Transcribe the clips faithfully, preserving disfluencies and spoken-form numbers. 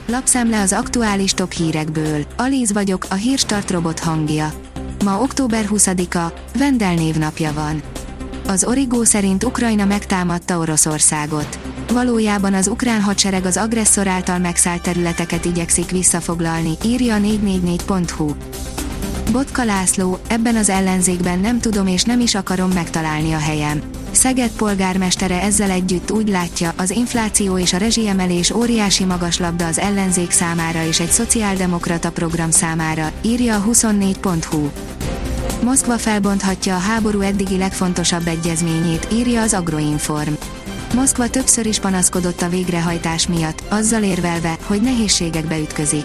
Lapszemle az aktuális top hírekből. Alíz vagyok, a Hírstart robot hangja. Ma október huszadika, Vendel névnapja van. Az Origo szerint Ukrajna megtámadta Oroszországot. Valójában az ukrán hadsereg az agresszor által megszállt területeket igyekszik visszafoglalni, írja a négy négy négy pont hu. Botka László, ebben az ellenzékben nem tudom és nem is akarom megtalálni a helyem. Szeged polgármestere ezzel együtt úgy látja, az infláció és a rezsiemelés óriási magaslabda az ellenzék számára és egy szociáldemokrata program számára, írja a huszonnégy pont hu. Moszkva felbonthatja a háború eddigi legfontosabb egyezményét, írja az Agroinform. Moszkva többször is panaszkodott a végrehajtás miatt, azzal érvelve, hogy nehézségekbe ütközik.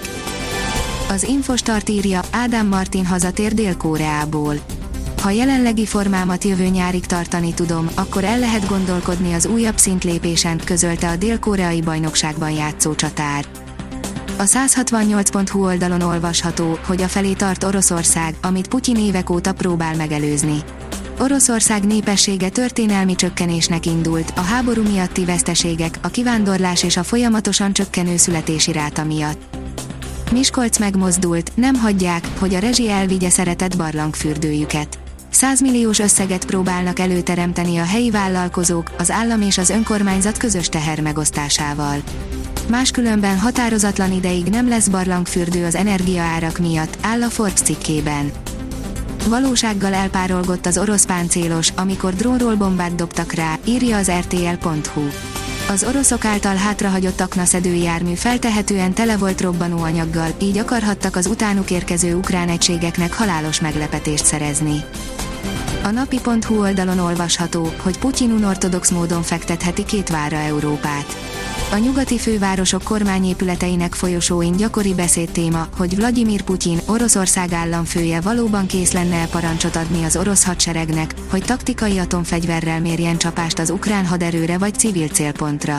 Az Infostart írja, Ádám Martin hazatér Dél-Koreából. Ha jelenlegi formámat jövő nyárig tartani tudom, akkor el lehet gondolkodni az újabb szintlépésen, közölte a dél-koreai bajnokságban játszó csatár. A száz hatvannyolc pont hu oldalon olvasható, hogy afelé tart Oroszország, amit Putyin évek óta próbál megelőzni. Oroszország népessége történelmi csökkenésnek indult, a háború miatti veszteségek, a kivándorlás és a folyamatosan csökkenő születési ráta miatt. Miskolc megmozdult, nem hagyják, hogy a rezsi elvigye szeretett barlangfürdőjüket. száz milliós összeget próbálnak előteremteni a helyi vállalkozók, az állam és az önkormányzat közös teher megosztásával. Máskülönben határozatlan ideig nem lesz barlangfürdő az energiaárak miatt, áll a Forbes cikkében. Valósággal elpárolgott az orosz páncélos, amikor drónról bombát dobtak rá, írja az er té el pont hu. Az oroszok által hátrahagyott aknaszedő jármű feltehetően tele volt robbanóanyaggal, így akarhattak az utánuk érkező ukrán egységeknek halálos meglepetést szerezni. A napi pont hu oldalon olvasható, hogy Putyin unortodox módon fektetheti két várra Európát. A nyugati fővárosok kormányépületeinek folyosóin gyakori beszédtéma, hogy Vladimir Putyin, Oroszország államfője valóban kész lenne el parancsot adni az orosz hadseregnek, hogy taktikai atomfegyverrel mérjen csapást az ukrán haderőre vagy civil célpontra.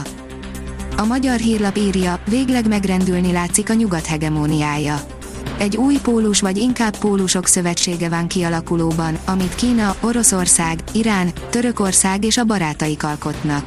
A Magyar Hírlap írja, végleg megrendülni látszik a nyugat hegemóniája. Egy új pólus vagy inkább pólusok szövetsége van kialakulóban, amit Kína, Oroszország, Irán, Törökország és a barátaik alkotnak.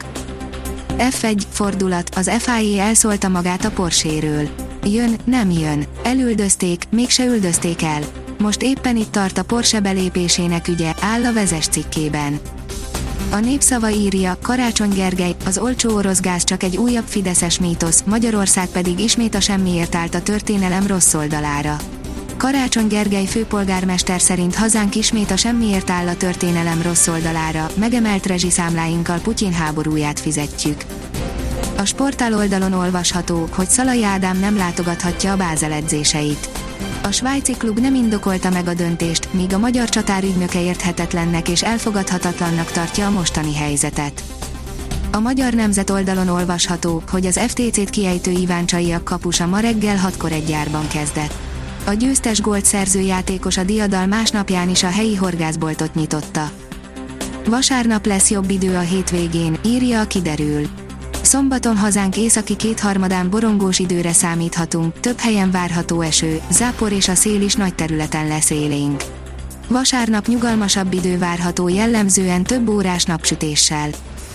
ef egy fordulat, az ef i á elszólta magát a Porsche-ről. Jön, nem jön. Elüldözték, mégse üldözték el. Most éppen itt tart a Porsche belépésének ügye, áll a Vezes cikkében. A Népszava írja, Karácsony Gergely, az olcsó orosz gáz csak egy újabb fideszes mítosz, Magyarország pedig ismét a semmiért állt a történelem rossz oldalára. Karácsony Gergely főpolgármester szerint hazánk ismét a semmiért áll a történelem rossz oldalára, megemelt rezsiszámláinkkal Putyin háborúját fizetjük. A Sportál oldalon olvasható, hogy Szalai Ádám nem látogathatja a Bázel edzéseit. A svájci klub nem indokolta meg a döntést, míg a magyar csatár ügynöke érthetetlennek és elfogadhatatlannak tartja a mostani helyzetet. A Magyar Nemzet oldalon olvasható, hogy az ef té cét kiejtő Iváncsaiak kapusa ma reggel hatkor egy gyárban kezdett. A győztes gólt szerző játékos a diadal másnapján is a helyi horgászboltot nyitotta. Vasárnap lesz jobb idő a hétvégén, írja a Kiderül. Szombaton hazánk északi kétharmadán borongós időre számíthatunk, több helyen várható eső, zápor és a szél is nagy területen lesz élénk. Vasárnap nyugalmasabb idő várható, jellemzően több órás napsütéssel.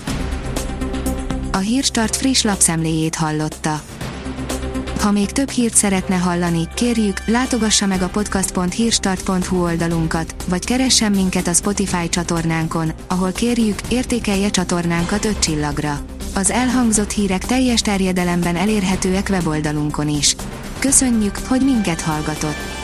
A Hírstart friss lapszemléjét hallotta. Ha még több hírt szeretne hallani, kérjük, látogassa meg a podcast pont hírstart pont hu oldalunkat, vagy keressen minket a Spotify csatornánkon, ahol kérjük, értékelje csatornánkat öt csillagra. Az elhangzott hírek teljes terjedelemben elérhetőek weboldalunkon is. Köszönjük, hogy minket hallgatott!